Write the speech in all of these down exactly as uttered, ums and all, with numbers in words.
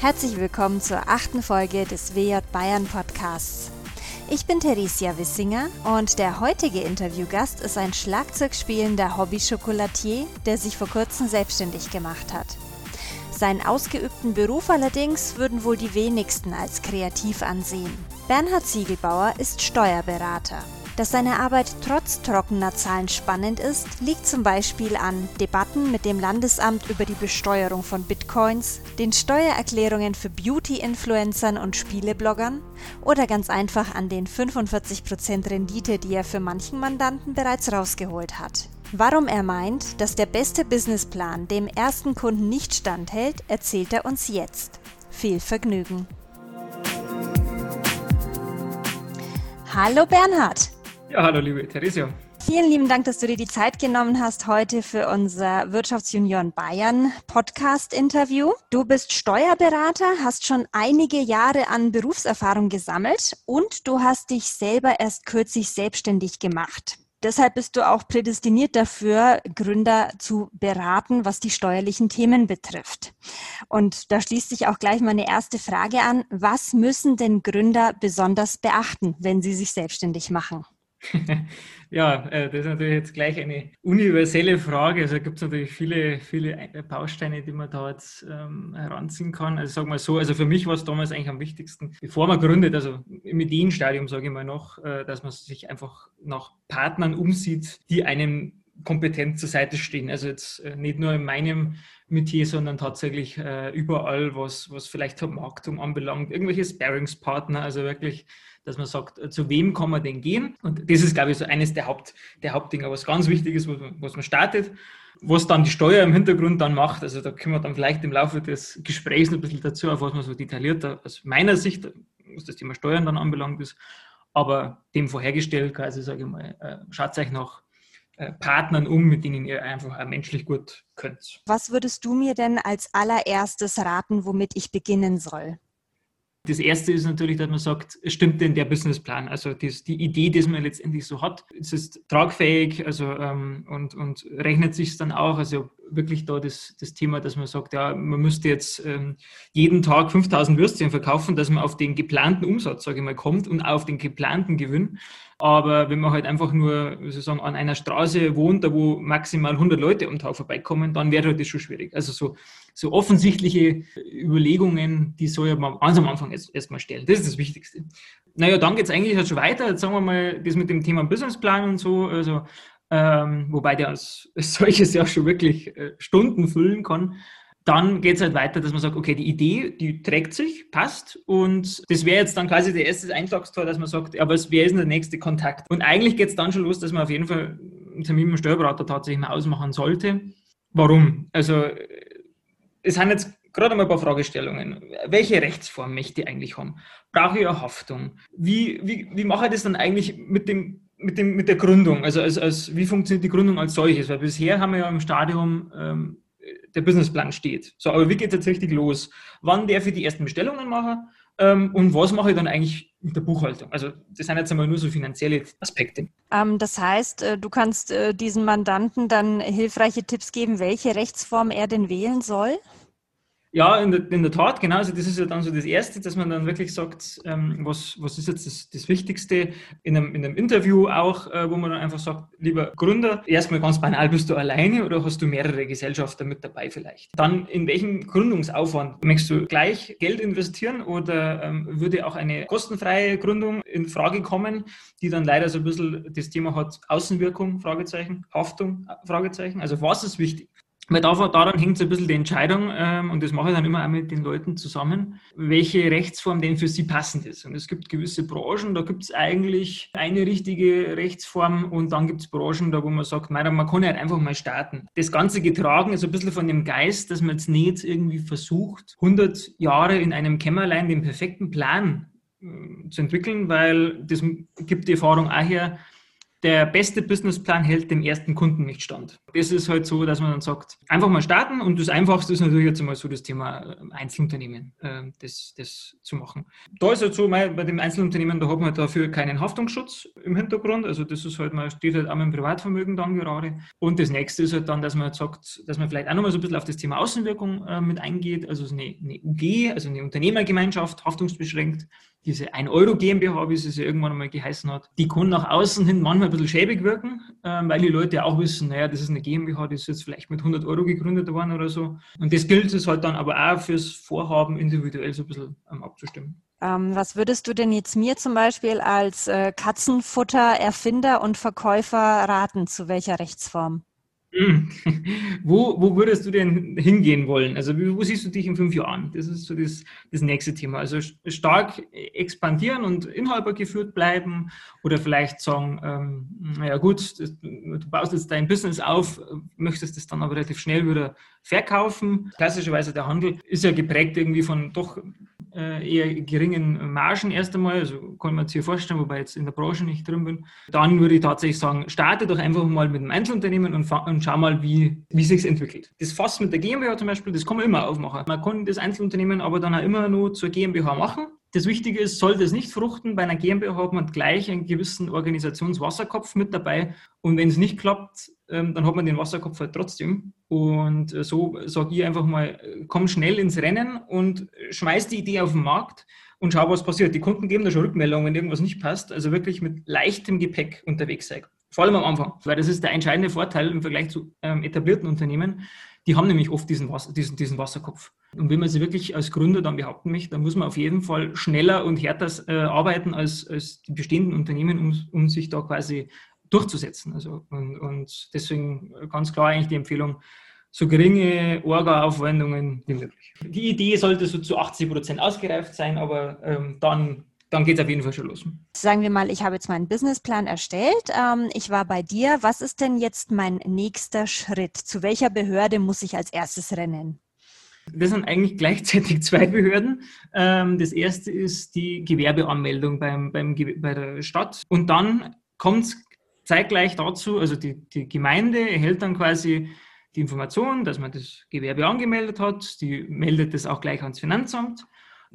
Herzlich willkommen zur achten Folge des W J Bayern Podcasts. Ich bin Theresia Wissinger und der heutige Interviewgast ist ein Schlagzeugspielender Hobby-Schokolatier, der sich vor kurzem selbstständig gemacht hat. Seinen ausgeübten Beruf allerdings würden wohl die wenigsten als kreativ ansehen. Bernhard Ziegelbauer ist Steuerberater. Dass seine Arbeit trotz trockener Zahlen spannend ist, liegt zum Beispiel an Debatten mit dem Landesamt über die Besteuerung von Bitcoins, den Steuererklärungen für Beauty-Influencern und Spielebloggern oder ganz einfach an den fünfundvierzig Prozent Rendite, die er für manchen Mandanten bereits rausgeholt hat. Warum er meint, dass der beste Businessplan dem ersten Kunden nicht standhält, erzählt er uns jetzt. Viel Vergnügen! Hallo Bernhard! Ja, hallo liebe Theresia. Vielen lieben Dank, dass du dir die Zeit genommen hast heute für unser Wirtschaftsjunioren Bayern Podcast-Interview. Du bist Steuerberater, hast schon einige Jahre an Berufserfahrung gesammelt und du hast dich selber erst kürzlich selbstständig gemacht. Deshalb bist du auch prädestiniert dafür, Gründer zu beraten, was die steuerlichen Themen betrifft. Und da schließt sich auch gleich meine erste Frage an. Was müssen denn Gründer besonders beachten, wenn sie sich selbstständig machen? Ja, das ist natürlich jetzt gleich eine universelle Frage. Also gibt es natürlich viele, viele Bausteine, die man da jetzt ähm, heranziehen kann. Also sag mal so, also für mich war es damals eigentlich am wichtigsten, bevor man gründet, also im Ideenstadium sage ich mal noch, äh, dass man sich einfach nach Partnern umsieht, die einem kompetent zur Seite stehen. Also jetzt äh, nicht nur in meinem Metier, sondern tatsächlich äh, überall, was, was vielleicht Vermarktung anbelangt, irgendwelche Sparringspartner, also wirklich, dass man sagt, zu wem kann man denn gehen? Und das ist, glaube ich, so eines der, Haupt, der Hauptdinger, was ganz wichtig ist, was man, was man startet, was dann die Steuer im Hintergrund dann macht. Also da können wir dann vielleicht im Laufe des Gesprächs ein bisschen dazu, auf was man so detaillierter aus meiner Sicht, was das Thema Steuern dann anbelangt ist, aber dem vorhergestellt, quasi, sage ich mal, äh, schaut euch nach Partnern um, mit denen ihr einfach auch menschlich gut könnt. Was würdest du mir denn als allererstes raten, womit ich beginnen soll? Das Erste ist natürlich, dass man sagt, stimmt denn der Businessplan? Also das, die Idee, die man letztendlich so hat, ist es tragfähig, also ähm, und, und rechnet sich dann auch, also wirklich da das, das Thema, dass man sagt, ja, man müsste jetzt ähm, jeden Tag fünftausend Würstchen verkaufen, dass man auf den geplanten Umsatz, sage ich mal, kommt und auf den geplanten Gewinn. Aber wenn man halt einfach nur sozusagen an einer Straße wohnt, da wo maximal hundert Leute am Tag vorbeikommen, dann wäre halt das schon schwierig. Also so, so offensichtliche Überlegungen, die soll man ganz am Anfang erst, erst mal stellen. Das ist das Wichtigste. Naja, dann geht es eigentlich halt schon weiter. Jetzt sagen wir mal, das mit dem Thema Businessplan und so, also ähm, wobei der als, als solches ja schon wirklich äh, Stunden füllen kann. Dann geht es halt weiter, dass man sagt, okay, die Idee, die trägt sich, passt und das wäre jetzt dann quasi der erste Einschlagstor, dass man sagt, aber wer ist denn der nächste Kontakt? Und eigentlich geht es dann schon los, dass man auf jeden Fall einen Termin mit dem Steuerberater tatsächlich mal ausmachen sollte. Warum? Also es sind jetzt gerade einmal ein paar Fragestellungen. Welche Rechtsform möchte ich eigentlich haben? Brauche ich eine Haftung? Wie, wie, wie mache ich das dann eigentlich mit dem Mit, dem, mit der Gründung, also als, als, wie funktioniert die Gründung als solches? Weil bisher haben wir ja im Stadium, ähm, der Businessplan steht. So, aber wie geht es jetzt richtig los? Wann darf ich die ersten Bestellungen machen? Ähm, und was mache ich dann eigentlich mit der Buchhaltung? Also das sind jetzt einmal nur so finanzielle Aspekte. Ähm, das heißt, äh, du kannst äh, diesen Mandanten dann hilfreiche Tipps geben, welche Rechtsform er denn wählen soll? Ja, in der, in der Tat, genau. Also das ist ja dann so das Erste, dass man dann wirklich sagt, ähm, was, was ist jetzt das, das Wichtigste in einem, in einem Interview auch, äh, wo man dann einfach sagt, lieber Gründer, erstmal ganz banal, bist du alleine oder hast du mehrere Gesellschafter mit dabei vielleicht? Dann, in welchem Gründungsaufwand möchtest du gleich Geld investieren oder ähm, würde auch eine kostenfreie Gründung in Frage kommen, die dann leider so ein bisschen das Thema hat, Außenwirkung, Fragezeichen, Haftung, Fragezeichen. Also was ist wichtig? Weil daran hängt so ein bisschen die Entscheidung, ähm, und das mache ich dann immer auch mit den Leuten zusammen, welche Rechtsform denn für sie passend ist. Und es gibt gewisse Branchen, da gibt es eigentlich eine richtige Rechtsform und dann gibt es Branchen, da wo man sagt, man kann ja halt einfach mal starten. Das Ganze getragen ist ein bisschen von dem Geist, dass man jetzt nicht irgendwie versucht, hundert Jahre in einem Kämmerlein den perfekten Plan äh, zu entwickeln, weil das gibt die Erfahrung auch her, der beste Businessplan hält dem ersten Kunden nicht stand. Das ist halt so, dass man dann sagt, einfach mal starten und das Einfachste ist natürlich jetzt einmal so das Thema Einzelunternehmen, äh, das, das zu machen. Da ist halt so, bei dem Einzelunternehmen, da hat man dafür keinen Haftungsschutz im Hintergrund, also das ist halt, man steht halt auch mit dem Privatvermögen dann gerade. Und das nächste ist halt dann, dass man halt sagt, dass man vielleicht auch nochmal so ein bisschen auf das Thema Außenwirkung äh, mit eingeht, also eine, eine U G, also eine Unternehmergemeinschaft, haftungsbeschränkt, diese ein Euro GmbH, wie es ja irgendwann einmal geheißen hat, die kann nach außen hin manchmal ein bisschen schäbig wirken, ähm, weil die Leute ja auch wissen, naja, das ist eine GmbH, die ist jetzt vielleicht mit hundert Euro gegründet worden oder so. Und das gilt es halt dann aber auch fürs Vorhaben individuell so ein bisschen ähm, abzustimmen. Ähm, was würdest du denn jetzt mir zum Beispiel als äh, Katzenfutter-Erfinder und Verkäufer raten, zu welcher Rechtsform? Wo, wo würdest du denn hingehen wollen? Also wo siehst du dich in fünf Jahren? Das ist so das, das nächste Thema. Also stark expandieren und inhabergeführt bleiben oder vielleicht sagen, ähm, naja gut, das, du baust jetzt dein Business auf, möchtest es dann aber relativ schnell wieder verkaufen. Klassischerweise der Handel ist ja geprägt irgendwie von doch äh, eher geringen Margen erst einmal, also kann man sich hier vorstellen, wobei ich jetzt in der Branche nicht drin bin. Dann würde ich tatsächlich sagen, starte doch einfach mal mit einem Einzelunternehmen und, und schau mal, wie, wie sich es entwickelt. Das Fass mit der GmbH zum Beispiel, das kann man immer aufmachen. Man kann das Einzelunternehmen aber dann auch immer nur zur GmbH machen. Das Wichtige ist, sollte es nicht fruchten, bei einer GmbH hat man gleich einen gewissen Organisationswasserkopf mit dabei. Und wenn es nicht klappt, dann hat man den Wasserkopf halt trotzdem. Und so sage ich einfach mal, komm schnell ins Rennen und schmeiß die Idee auf den Markt und schau, was passiert. Die Kunden geben da schon Rückmeldungen, wenn irgendwas nicht passt. Also wirklich mit leichtem Gepäck unterwegs sein. Vor allem am Anfang, weil das ist der entscheidende Vorteil im Vergleich zu ähm, etablierten Unternehmen. Die haben nämlich oft diesen, Wasser, diesen, diesen Wasserkopf. Und wenn man sich wirklich als Gründer dann behaupten möchte, dann muss man auf jeden Fall schneller und härter äh, arbeiten als, als die bestehenden Unternehmen, um, um sich da quasi durchzusetzen. Also, und, und deswegen ganz klar eigentlich die Empfehlung, so geringe Orga-Aufwendungen wie möglich. Die Idee sollte so zu achtzig Prozent ausgereift sein, aber ähm, dann dann geht es auf jeden Fall schon los. Sagen wir mal, ich habe jetzt meinen Businessplan erstellt. Ähm, ich war bei dir. Was ist denn jetzt mein nächster Schritt? Zu welcher Behörde muss ich als erstes rennen? Das sind eigentlich gleichzeitig zwei Behörden. Ähm, das erste ist die Gewerbeanmeldung beim, beim, bei der Stadt. Und dann kommt es zeitgleich dazu, also die, die Gemeinde erhält dann quasi die Information, dass man das Gewerbe angemeldet hat. Die meldet das auch gleich ans Finanzamt.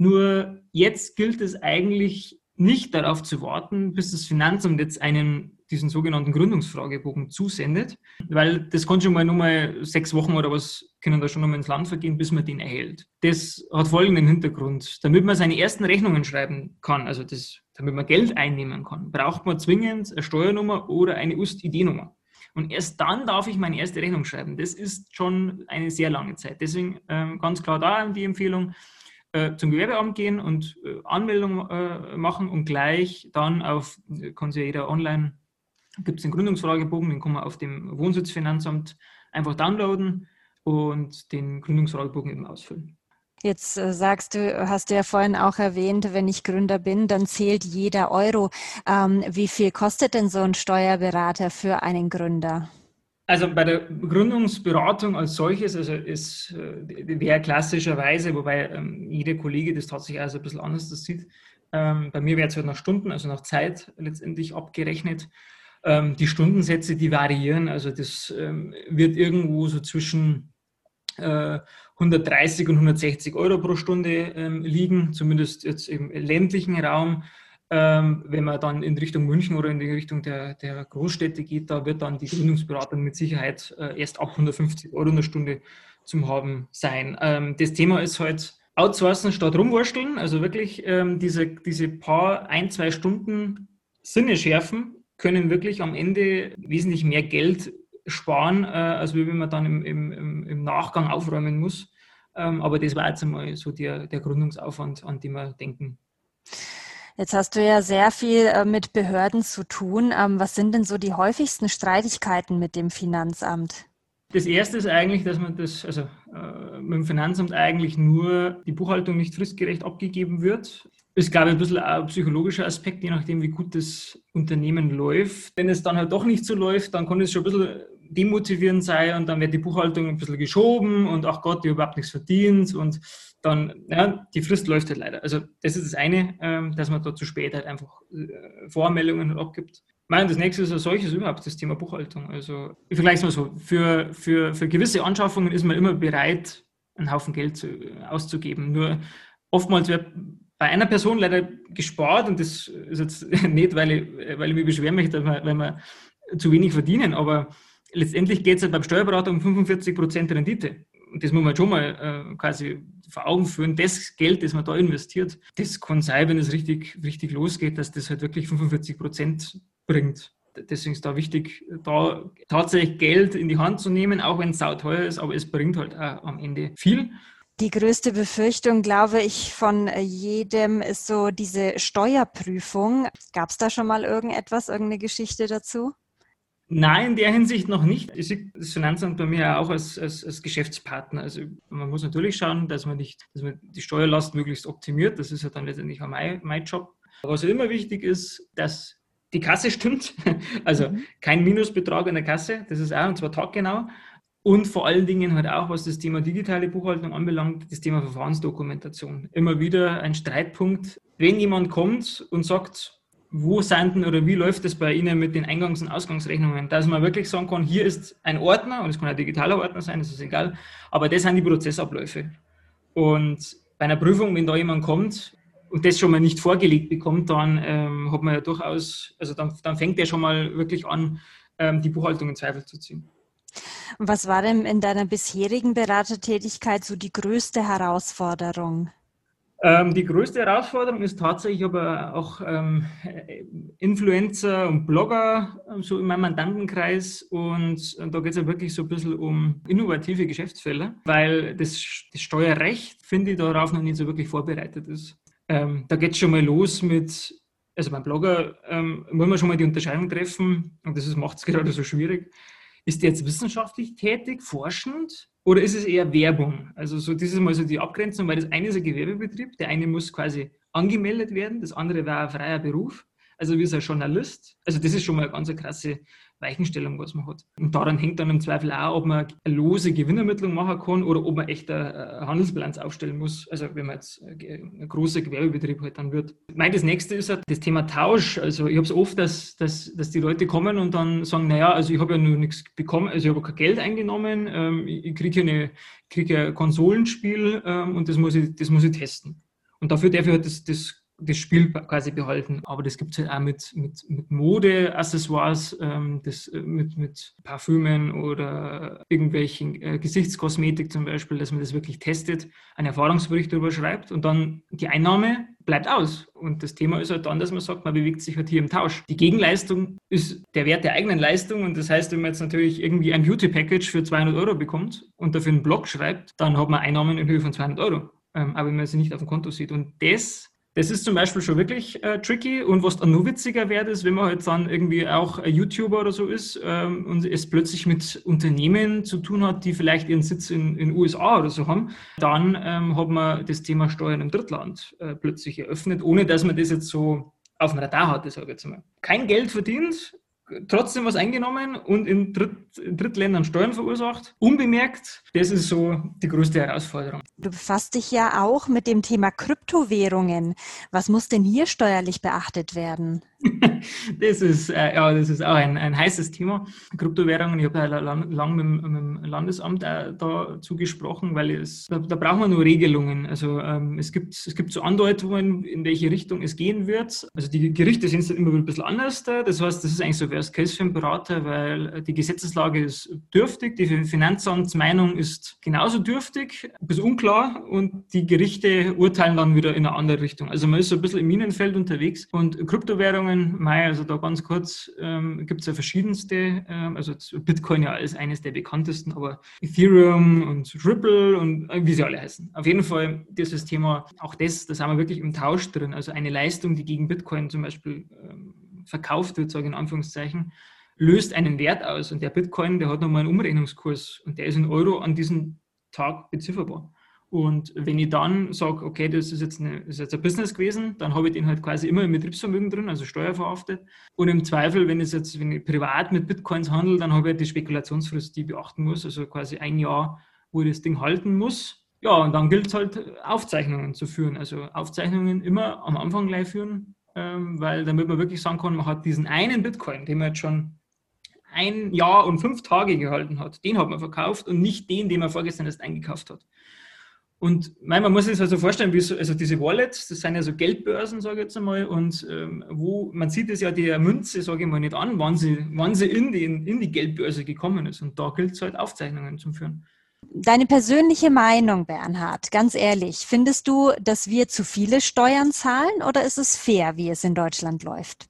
Nur jetzt gilt es eigentlich nicht darauf zu warten, bis das Finanzamt jetzt einen, diesen sogenannten Gründungsfragebogen zusendet, weil das kann schon mal nur mal sechs Wochen oder was können da schon noch mal ins Land vergehen, bis man den erhält. Das hat folgenden Hintergrund. Damit man seine ersten Rechnungen schreiben kann, also das, damit man Geld einnehmen kann, braucht man zwingend eine Steuernummer oder eine U S T-I D-Nummer. Und erst dann darf ich meine erste Rechnung schreiben. Das ist schon eine sehr lange Zeit. Deswegen ähm, ganz klar da die Empfehlung, zum Gewerbeamt gehen und äh, Anmeldung äh, machen und gleich dann auf, kann sich ja jeder online, gibt es den Gründungsfragebogen, den kann man auf dem Wohnsitzfinanzamt einfach downloaden und den Gründungsfragebogen eben ausfüllen. Jetzt äh, sagst du, hast du ja vorhin auch erwähnt, wenn ich Gründer bin, dann zählt jeder Euro. Ähm, wie viel kostet denn so ein Steuerberater für einen Gründer? Also bei der Gründungsberatung als solches, also ist äh, wäre klassischerweise, wobei ähm, jeder Kollege das tatsächlich also ein bisschen anders das sieht. Ähm, bei mir wäre es halt nach Stunden, also nach Zeit letztendlich abgerechnet. Ähm, die Stundensätze, die variieren, also das ähm, wird irgendwo so zwischen äh, hundertdreißig und hundertsechzig Euro pro Stunde ähm, liegen, zumindest jetzt im ländlichen Raum. Ähm, wenn man dann in Richtung München oder in die Richtung der, der Großstädte geht, da wird dann die Gründungsberatung mit Sicherheit äh, erst ab hundertfünfzig Euro eine Stunde zum Haben sein. Ähm, das Thema ist halt outsourcen statt rumwursteln, also wirklich ähm, diese, diese paar, ein, zwei Stunden Sinne schärfen, können wirklich am Ende wesentlich mehr Geld sparen, äh, als wenn man dann im, im, im Nachgang aufräumen muss. Ähm, aber das war jetzt einmal so der, der Gründungsaufwand, an den wir denken. Jetzt hast du ja sehr viel äh, mit Behörden zu tun. Ähm, was sind denn so die häufigsten Streitigkeiten mit dem Finanzamt? Das erste ist eigentlich, dass man das, also äh, mit dem Finanzamt eigentlich nur die Buchhaltung nicht fristgerecht abgegeben wird. Ist, glaube ich, ein bisschen ein psychologischer Aspekt, je nachdem, wie gut das Unternehmen läuft. Wenn es dann halt doch nicht so läuft, dann kann es schon ein bisschen demotivierend sein und dann wird die Buchhaltung ein bisschen geschoben und ach Gott, die hat überhaupt nichts verdient und dann, ja, die Frist läuft halt leider. Also das ist das eine, dass man da zu spät halt einfach Voranmeldungen abgibt. Nein, das nächste ist als solches überhaupt das Thema Buchhaltung. Also ich vergleiche es mal so, für, für, für gewisse Anschaffungen ist man immer bereit, einen Haufen Geld zu, auszugeben. Nur oftmals wird bei einer Person leider gespart und das ist jetzt nicht, weil ich, weil ich mich beschweren möchte, weil wir zu wenig verdienen, aber letztendlich geht es halt beim Steuerberater um fünfundvierzig Prozent Rendite. Und das muss man schon mal äh, quasi vor Augen führen. Das Geld, das man da investiert, das kann sein, wenn es richtig, richtig losgeht, dass das halt wirklich fünfundvierzig Prozent bringt. Deswegen ist da wichtig, da tatsächlich Geld in die Hand zu nehmen, auch wenn es sauteuer ist, aber es bringt halt auch am Ende viel. Die größte Befürchtung, glaube ich, von jedem ist so diese Steuerprüfung. Gab es da schon mal irgendetwas, irgendeine Geschichte dazu? Nein, in der Hinsicht noch nicht. Ich sehe das Finanzamt bei mir auch als, als, als Geschäftspartner. Also man muss natürlich schauen, dass man nicht, dass man die Steuerlast möglichst optimiert. Das ist ja dann letztendlich auch mein, mein Job. Aber was immer wichtig ist, dass die Kasse stimmt. Also mhm. kein Minusbetrag in der Kasse. Das ist auch, und zwar taggenau. Und vor allen Dingen halt auch, was das Thema digitale Buchhaltung anbelangt, das Thema Verfahrensdokumentation. Immer wieder ein Streitpunkt. Wenn jemand kommt und sagt, wo sind denn oder wie läuft es bei Ihnen mit den Eingangs- und Ausgangsrechnungen, dass man wirklich sagen kann, hier ist ein Ordner, und es kann ein digitaler Ordner sein, das ist egal, aber das sind die Prozessabläufe. Und bei einer Prüfung, wenn da jemand kommt und das schon mal nicht vorgelegt bekommt, dann ähm, hat man ja durchaus, also dann, dann fängt der schon mal wirklich an, ähm, die Buchhaltung in Zweifel zu ziehen. Und was war denn in deiner bisherigen Beratertätigkeit so die größte Herausforderung? Ähm, die größte Herausforderung ist tatsächlich aber auch ähm, Influencer und Blogger ähm, so in meinem Mandantenkreis und, und da geht es ja wirklich so ein bisschen um innovative Geschäftsfälle, weil das, das Steuerrecht, finde ich, darauf noch nicht so wirklich vorbereitet ist. Ähm, da geht es schon mal los mit, also beim Blogger ähm, wollen wir schon mal die Unterscheidung treffen und das macht es gerade so schwierig. Ist der jetzt wissenschaftlich tätig, forschend? Oder ist es eher Werbung? Also so, das ist mal so die Abgrenzung, weil das eine ist ein Gewerbebetrieb, der eine muss quasi angemeldet werden, das andere war ein freier Beruf, also wie ist ein Journalist. Also das ist schon mal eine ganz krasse Weichenstellung, was man hat. Und daran hängt dann im Zweifel auch, ob man eine lose Gewinnermittlung machen kann oder ob man echt eine Handelsbilanz aufstellen muss, also wenn man jetzt ein großer Gewerbebetrieb halt dann wird. Mein, das nächste ist halt das Thema Tausch. Also ich habe es oft, dass, dass, dass die Leute kommen und dann sagen, naja, also ich habe ja nur nichts bekommen, also ich habe kein Geld eingenommen, ähm, ich kriege eine, kriege ein Konsolenspiel ähm, und das muss ich, das muss ich testen. Und dafür darf ich halt das, das das Spiel quasi behalten. Aber das gibt es halt auch mit, mit, mit Mode-Accessoires, ähm, das, mit, mit Parfümen oder irgendwelchen äh, Gesichtskosmetik zum Beispiel, dass man das wirklich testet, einen Erfahrungsbericht darüber schreibt und dann die Einnahme bleibt aus. Und das Thema ist halt dann, dass man sagt, man bewegt sich halt hier im Tausch. Die Gegenleistung ist der Wert der eigenen Leistung und das heißt, wenn man jetzt natürlich irgendwie ein Beauty-Package für zweihundert Euro bekommt und dafür einen Blog schreibt, dann hat man Einnahmen in Höhe von zweihundert Euro. Ähm, aber wenn man sie nicht auf dem Konto sieht. Und das Das ist zum Beispiel schon wirklich äh, tricky und was dann nur witziger wird, ist, wenn man halt dann irgendwie auch ein YouTuber oder so ist ähm, und es plötzlich mit Unternehmen zu tun hat, die vielleicht ihren Sitz in den U S A oder so haben, dann ähm, hat man das Thema Steuern im Drittland äh, plötzlich eröffnet, ohne dass man das jetzt so auf dem Radar hatte, sage ich jetzt mal. Kein Geld verdient, trotzdem was eingenommen und in, Dritt, in Drittländern Steuern verursacht, unbemerkt. Das ist so die größte Herausforderung. Du befasst dich ja auch mit dem Thema Kryptowährungen. Was muss denn hier steuerlich beachtet werden? Das ist, äh, ja, das ist auch ein, ein heißes Thema. Kryptowährungen, ich habe ja lang, lang mit, mit dem Landesamt äh, dazu gesprochen, weil es, da, da braucht man nur Regelungen. Also ähm, es, gibt, es gibt so Andeutungen, in welche Richtung es gehen wird. Also die Gerichte sind dann immer ein bisschen anders. Da. Das heißt, das ist eigentlich so Worst Case für einen Berater, weil die Gesetzeslage ist dürftig, die Finanzamtsmeinung ist genauso dürftig, bis unklar und die Gerichte urteilen dann wieder in eine andere Richtung. Also man ist so ein bisschen im Minenfeld unterwegs und Kryptowährungen, also da ganz kurz, ähm, gibt es ja verschiedenste, ähm, also Bitcoin ja als eines der bekanntesten, aber Ethereum und Ripple und äh, wie sie alle heißen. Auf jeden Fall dieses Thema, auch das, da sind wir wirklich im Tausch drin, also eine Leistung, die gegen Bitcoin zum Beispiel ähm, verkauft wird, sage ich in Anführungszeichen, löst einen Wert aus und der Bitcoin, der hat nochmal einen Umrechnungskurs und der ist in Euro an diesem Tag bezifferbar. Und wenn ich dann sage, okay, das ist jetzt, eine, das ist jetzt ein Business gewesen, dann habe ich den halt quasi immer im Betriebsvermögen drin, also steuerverhaftet. Und im Zweifel, wenn ich jetzt, wenn ich privat mit Bitcoins handle, dann habe ich die Spekulationsfrist, die ich beachten muss, also quasi ein Jahr, wo ich das Ding halten muss. Ja, und dann gilt es halt, Aufzeichnungen zu führen. Also Aufzeichnungen immer am Anfang gleich führen ähm, weil damit man wirklich sagen kann, man hat diesen einen Bitcoin, den man jetzt schon ein Jahr und fünf Tage gehalten hat, den hat man verkauft und nicht den, den man vorgestern erst eingekauft hat. Und man muss sich das also vorstellen, wie so, also diese Wallets, das sind ja so Geldbörsen, sage ich jetzt einmal, und ähm, wo man sieht es ja der Münze, sage ich mal, nicht an, wann sie, wann sie in, die, in die Geldbörse gekommen ist. Und da gilt es halt, Aufzeichnungen zu führen. Deine persönliche Meinung, Bernhard, ganz ehrlich, findest du, dass wir zu viele Steuern zahlen oder ist es fair, wie es in Deutschland läuft?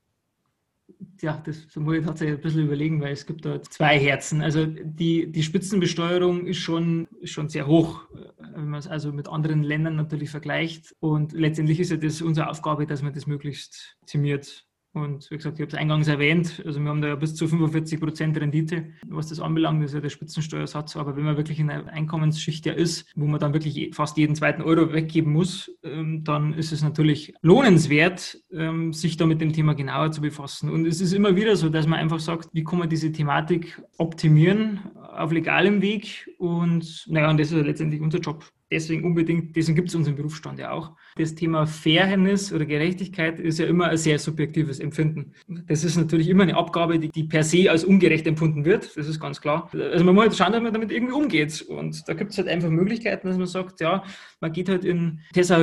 Ja, das muss ich tatsächlich ein bisschen überlegen, weil es gibt da zwei Herzen. Also die, die Spitzenbesteuerung ist schon, ist schon sehr hoch, wenn man es also mit anderen Ländern natürlich vergleicht. Und letztendlich ist ja das unsere Aufgabe, dass man das möglichst optimiert. Und wie gesagt, ich habe es eingangs erwähnt, also wir haben da ja bis zu fünfundvierzig Prozent Rendite, was das anbelangt, das ist ja der Spitzensteuersatz. Aber wenn man wirklich in einer Einkommensschicht ja ist, wo man dann wirklich fast jeden zweiten Euro weggeben muss, dann ist es natürlich lohnenswert, sich da mit dem Thema genauer zu befassen. Und es ist immer wieder so, dass man einfach sagt, wie kann man diese Thematik optimieren auf legalem Weg? Und naja, und das ist ja letztendlich unser Job. Deswegen unbedingt, deswegen gibt es unseren Berufsstand ja auch. Das Thema Fairness oder Gerechtigkeit ist ja immer ein sehr subjektives Empfinden. Das ist natürlich immer eine Abgabe, die, die per se als ungerecht empfunden wird, das ist ganz klar. Also man muss halt schauen, dass man damit irgendwie umgeht. Und da gibt es halt einfach Möglichkeiten, dass man sagt, ja, man geht halt in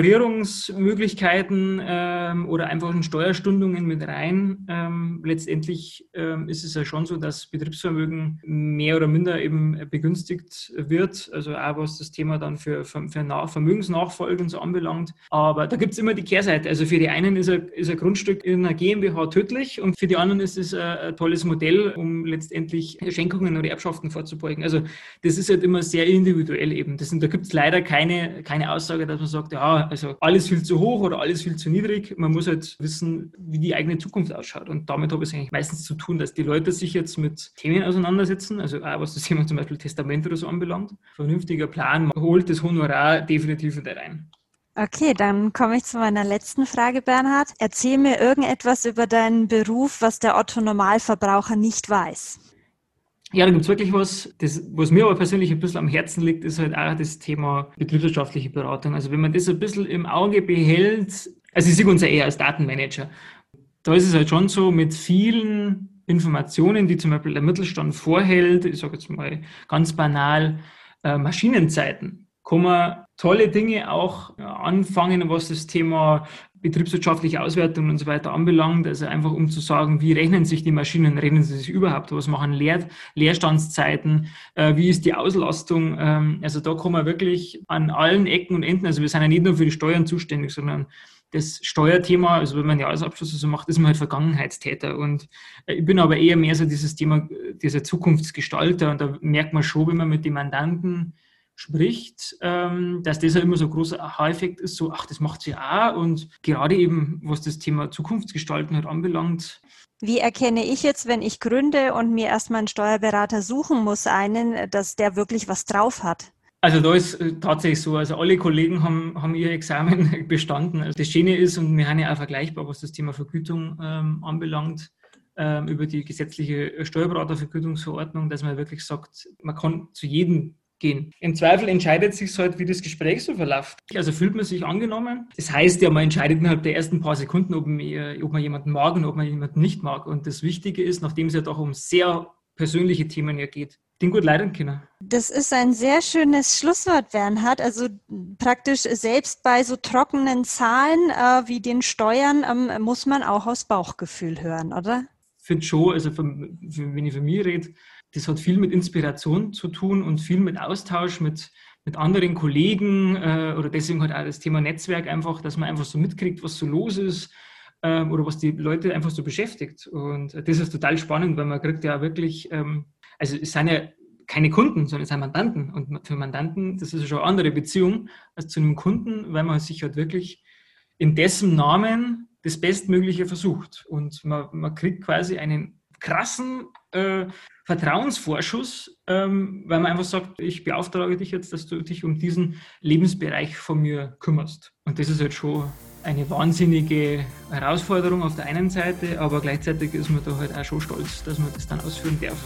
Thesaurierungsmöglichkeiten ähm, oder einfach in Steuerstundungen mit rein. Ähm, letztendlich ähm, ist es ja schon so, dass Betriebsvermögen mehr oder minder eben begünstigt wird, also auch was das Thema dann für, für für Vermögensnachfolge und so anbelangt. Aber da gibt es immer die Kehrseite. Also für die einen ist ein, ist ein Grundstück in einer GmbH tödlich und für die anderen ist es ein, ein tolles Modell, um letztendlich Schenkungen oder Erbschaften vorzubeugen. Also das ist halt immer sehr individuell eben. Das sind, da gibt es leider keine, keine Aussage, dass man sagt, ja, also alles viel zu hoch oder alles viel zu niedrig. Man muss halt wissen, wie die eigene Zukunft ausschaut. Und damit habe ich es eigentlich meistens zu tun, dass die Leute sich jetzt mit Themen auseinandersetzen, also auch was das Thema zum Beispiel Testament oder so anbelangt. Vernünftiger Plan, man holt das Honorar definitiv da rein. Okay, dann komme ich zu meiner letzten Frage, Bernhard. Erzähl mir irgendetwas über deinen Beruf, was der Otto-Normalverbraucher nicht weiß. Ja, da gibt es wirklich was. Das, was mir aber persönlich ein bisschen am Herzen liegt, ist halt auch das Thema betriebswirtschaftliche Beratung. Also wenn man das ein bisschen im Auge behält, also ich sehe uns ja eher als Datenmanager, da ist es halt schon so mit vielen Informationen, die zum Beispiel der Mittelstand vorhält, ich sage jetzt mal ganz banal, äh, Maschinenzeiten, kann man tolle Dinge auch anfangen, was das Thema betriebswirtschaftliche Auswertung und so weiter anbelangt. Also einfach um zu sagen, wie rechnen sich die Maschinen, rechnen sie sich überhaupt, was machen Leer, Leerstandszeiten, äh, wie ist die Auslastung. Ähm, also da kann man wirklich an allen Ecken und Enden, also wir sind ja nicht nur für die Steuern zuständig, sondern das Steuerthema, also wenn man Jahresabschlüsse so macht, ist man halt Vergangenheitstäter. Und ich bin aber eher mehr so dieses Thema, dieser Zukunftsgestalter. Und da merkt man schon, wenn man mit den Mandanten spricht, ähm, dass das ja immer so ein großer Aha-Effekt ist, so, ach, das macht sie auch. Und gerade eben, was das Thema Zukunftsgestalten halt anbelangt. Wie erkenne ich jetzt, wenn ich gründe und mir erstmal einen Steuerberater suchen muss, einen, dass der wirklich was drauf hat? Also da ist tatsächlich so, also alle Kollegen haben, haben ihr Examen bestanden. Also das Schöne ist, und wir haben ja auch vergleichbar, was das Thema Vergütung ähm, anbelangt, ähm, über die gesetzliche Steuerberatervergütungsverordnung, dass man wirklich sagt, man kann zu jedem gehen. Im Zweifel entscheidet sich halt, wie das Gespräch so verläuft. Also fühlt man sich angenommen. Das heißt ja, man entscheidet innerhalb der ersten paar Sekunden, ob man, ob man jemanden mag und ob man jemanden nicht mag. Und das Wichtige ist, nachdem es ja doch um sehr persönliche Themen ja geht, den gut leiden können. Das ist ein sehr schönes Schlusswort, Bernhard. Also praktisch selbst bei so trockenen Zahlen äh, wie den Steuern ähm, muss man auch aus Bauchgefühl hören, oder? Ich finde schon, also für, für, wenn ich von mir rede, das hat viel mit Inspiration zu tun und viel mit Austausch mit, mit anderen Kollegen äh, oder deswegen halt auch das Thema Netzwerk einfach, dass man einfach so mitkriegt, was so los ist äh, oder was die Leute einfach so beschäftigt. Und das ist total spannend, weil man kriegt ja wirklich, ähm, also es sind ja keine Kunden, sondern es sind Mandanten. Und für Mandanten, das ist ja schon eine andere Beziehung als zu einem Kunden, weil man sich halt wirklich in dessen Namen das Bestmögliche versucht. Und man, man kriegt quasi einen krassen äh, Vertrauensvorschuss, ähm, weil man einfach sagt, ich beauftrage dich jetzt, dass du dich um diesen Lebensbereich von mir kümmerst. Und das ist halt schon eine wahnsinnige Herausforderung auf der einen Seite, aber gleichzeitig ist man da halt auch schon stolz, dass man das dann ausführen darf.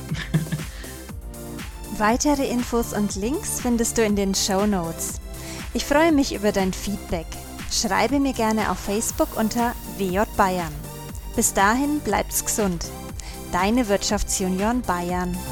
Weitere Infos und Links findest du in den Shownotes. Ich freue mich über dein Feedback. Schreibe mir gerne auf Facebook unter W J Bayern. Bis dahin bleibt's gesund. Deine Wirtschaftsjunioren Bayern.